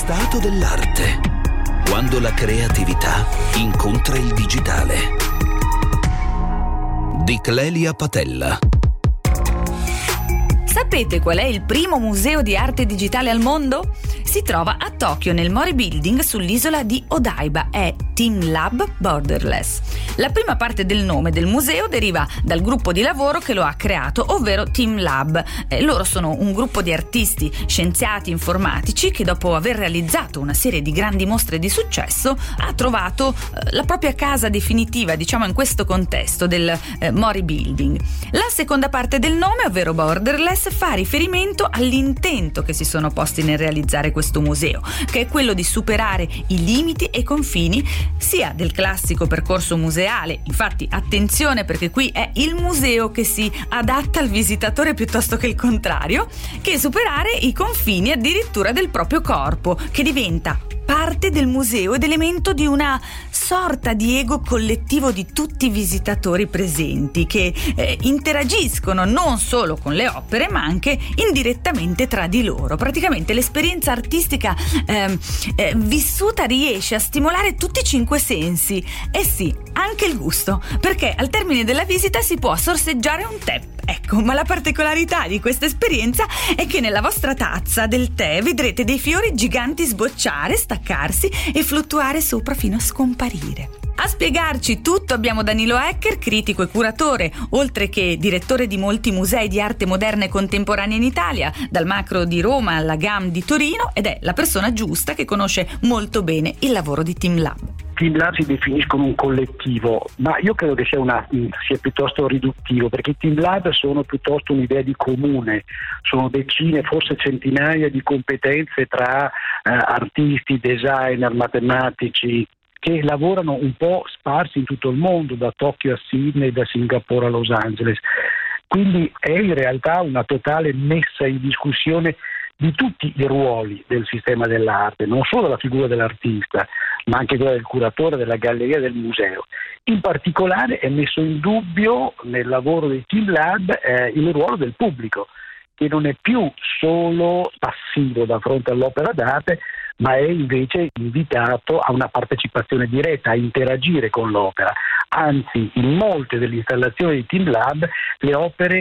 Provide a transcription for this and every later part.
stato dell'arte, quando la creatività incontra il digitale. Di Clelia Patella. Sapete qual è il primo museo di arte digitale al mondo? Si trova a Tokyo nel Mori Building sull'isola di Odaiba. È TeamLab Borderless. La prima parte del nome del museo deriva dal gruppo di lavoro che lo ha creato, ovvero TeamLab. Loro sono un gruppo di artisti, scienziati, informatici che dopo aver realizzato una serie di grandi mostre di successo ha trovato la propria casa definitiva, diciamo in questo contesto del Mori Building. La seconda parte del nome, ovvero Borderless, fa riferimento all'intento che si sono posti nel realizzare questo museo, che è quello di superare i limiti e i confini sia del classico percorso museale. Infatti attenzione, perché qui è il museo che si adatta al visitatore piuttosto che il contrario, che superare i confini addirittura del proprio corpo, che diventa parte del museo ed elemento di una sorta di ego collettivo di tutti i visitatori presenti, che interagiscono non solo con le opere ma anche indirettamente tra di loro. Praticamente l'esperienza artistica vissuta riesce a stimolare tutti i 5 sensi, e sì, anche il gusto, perché al termine della visita si può sorseggiare un tè. Ecco, ma la particolarità di questa esperienza è che nella vostra tazza del tè vedrete dei fiori giganti sbocciare, staccarsi e fluttuare sopra fino a scomparire. A spiegarci tutto abbiamo Danilo Hecker, critico e curatore, oltre che direttore di molti musei di arte moderna e contemporanea in Italia, dal Macro di Roma alla GAM di Torino, ed è la persona giusta che conosce molto bene il lavoro di TeamLab. TeamLab si definisce come un collettivo, ma io credo che sia piuttosto riduttivo, perché i TeamLab sono piuttosto un'idea di comune, sono decine, forse centinaia di competenze tra artisti, designer, matematici, che lavorano un po' sparsi in tutto il mondo, da Tokyo a Sydney, da Singapore a Los Angeles. Quindi è in realtà una totale messa in discussione di tutti i ruoli del sistema dell'arte, non solo la figura dell'artista, ma anche quella del curatore, della galleria, del museo. In particolare è messo in dubbio nel lavoro dei TeamLab il ruolo del pubblico, che non è più solo passivo da fronte all'opera d'arte, ma è invece invitato a una partecipazione diretta, a interagire con l'opera. Anzi, in molte delle installazioni di TeamLab le opere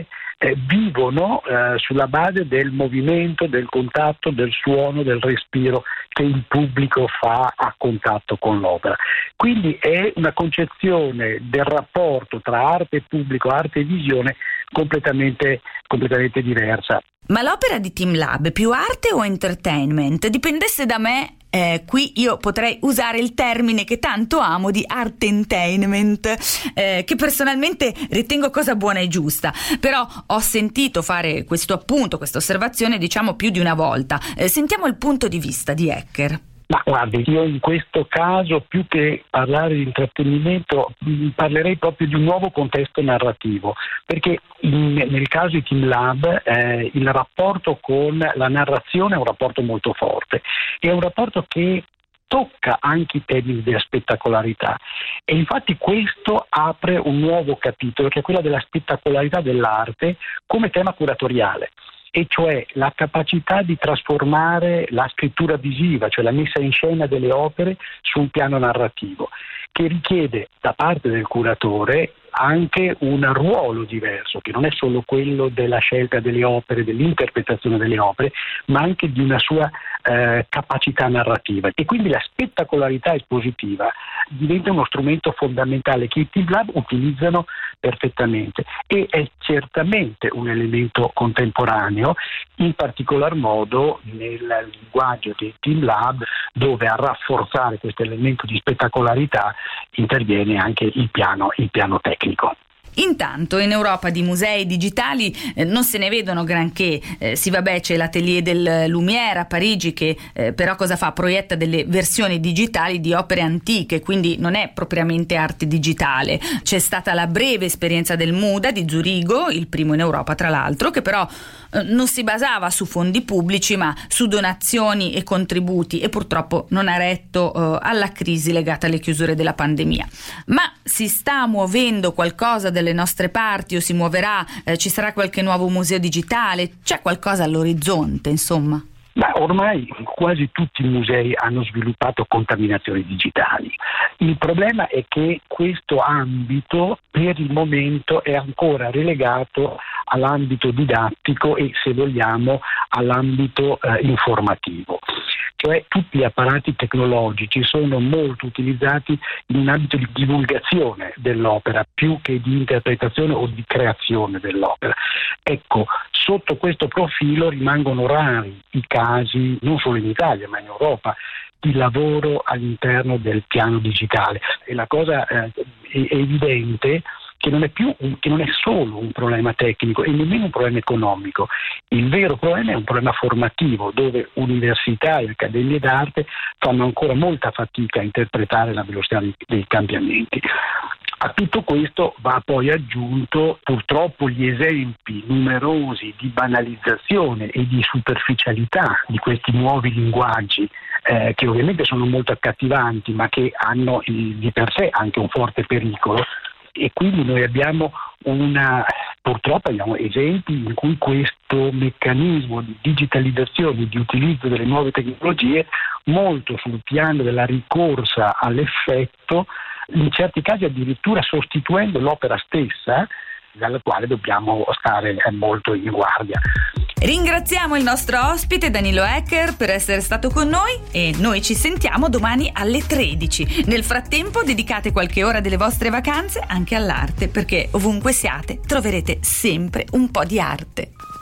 vivono sulla base del movimento, del contatto, del suono, del respiro che il pubblico fa a contatto con l'opera. Quindi è una concezione del rapporto tra arte e pubblico, arte e visione completamente diversa. Ma l'opera di TeamLab è più arte o entertainment? Dipendesse da me, qui io potrei usare il termine che tanto amo di artentainment, che personalmente ritengo cosa buona e giusta, però ho sentito fare questo appunto, questa osservazione diciamo più di una volta. Sentiamo il punto di vista di Hecker. Ma guardi, io in questo caso, più che parlare di intrattenimento, parlerei proprio di un nuovo contesto narrativo, perché nel caso di TeamLab il rapporto con la narrazione è un rapporto molto forte, è un rapporto che tocca anche i temi della spettacolarità, e infatti questo apre un nuovo capitolo, che è quello della spettacolarità dell'arte come tema curatoriale, e cioè la capacità di trasformare la scrittura visiva, cioè la messa in scena delle opere, su un piano narrativo, che richiede da parte del curatore anche un ruolo diverso, che non è solo quello della scelta delle opere, dell'interpretazione delle opere, ma anche di una sua capacità narrativa. E quindi la spettacolarità espositiva diventa uno strumento fondamentale che i TeamLab utilizzano perfettamente, e è certamente un elemento contemporaneo, in particolar modo nel linguaggio dei TeamLab, dove a rafforzare questo elemento di spettacolarità interviene anche il piano tecnico. Intanto in Europa di musei digitali non se ne vedono granché. Sì, vabbè, c'è l'Atelier del Lumière a Parigi che però cosa fa? Proietta delle versioni digitali di opere antiche, quindi non è propriamente arte digitale. C'è stata la breve esperienza del MUDA di Zurigo, il primo in Europa tra l'altro, che però non si basava su fondi pubblici ma su donazioni e contributi, e purtroppo non ha retto alla crisi legata alle chiusure della pandemia. Ma si sta muovendo qualcosa dalle nostre parti, o si muoverà? Ci sarà qualche nuovo museo digitale? C'è qualcosa all'orizzonte, insomma? Ma ormai quasi tutti i musei hanno sviluppato contaminazioni digitali. Il problema è che questo ambito per il momento è ancora relegato all'ambito didattico e, se vogliamo, all'ambito informativo. Cioè tutti gli apparati tecnologici sono molto utilizzati in un ambito di divulgazione dell'opera più che di interpretazione o di creazione dell'opera. Ecco, sotto questo profilo rimangono rari i casi, non solo in Italia ma in Europa, di lavoro all'interno del piano digitale. E la cosa è evidente che non è solo un problema tecnico e nemmeno un problema economico. Il vero problema è un problema formativo, dove università e accademie d'arte fanno ancora molta fatica a interpretare la velocità dei cambiamenti. A tutto questo va poi aggiunto purtroppo gli esempi numerosi di banalizzazione e di superficialità di questi nuovi linguaggi che ovviamente sono molto accattivanti ma che hanno di per sé anche un forte pericolo. E quindi noi purtroppo abbiamo esempi in cui questo meccanismo di digitalizzazione, di utilizzo delle nuove tecnologie, molto sul piano della ricorsa all'effetto, in certi casi addirittura sostituendo l'opera stessa, dalla quale dobbiamo stare molto in guardia. Ringraziamo il nostro ospite Danilo Hecker per essere stato con noi e noi ci sentiamo domani alle 13. Nel frattempo dedicate qualche ora delle vostre vacanze anche all'arte, perché ovunque siate troverete sempre un po' di arte.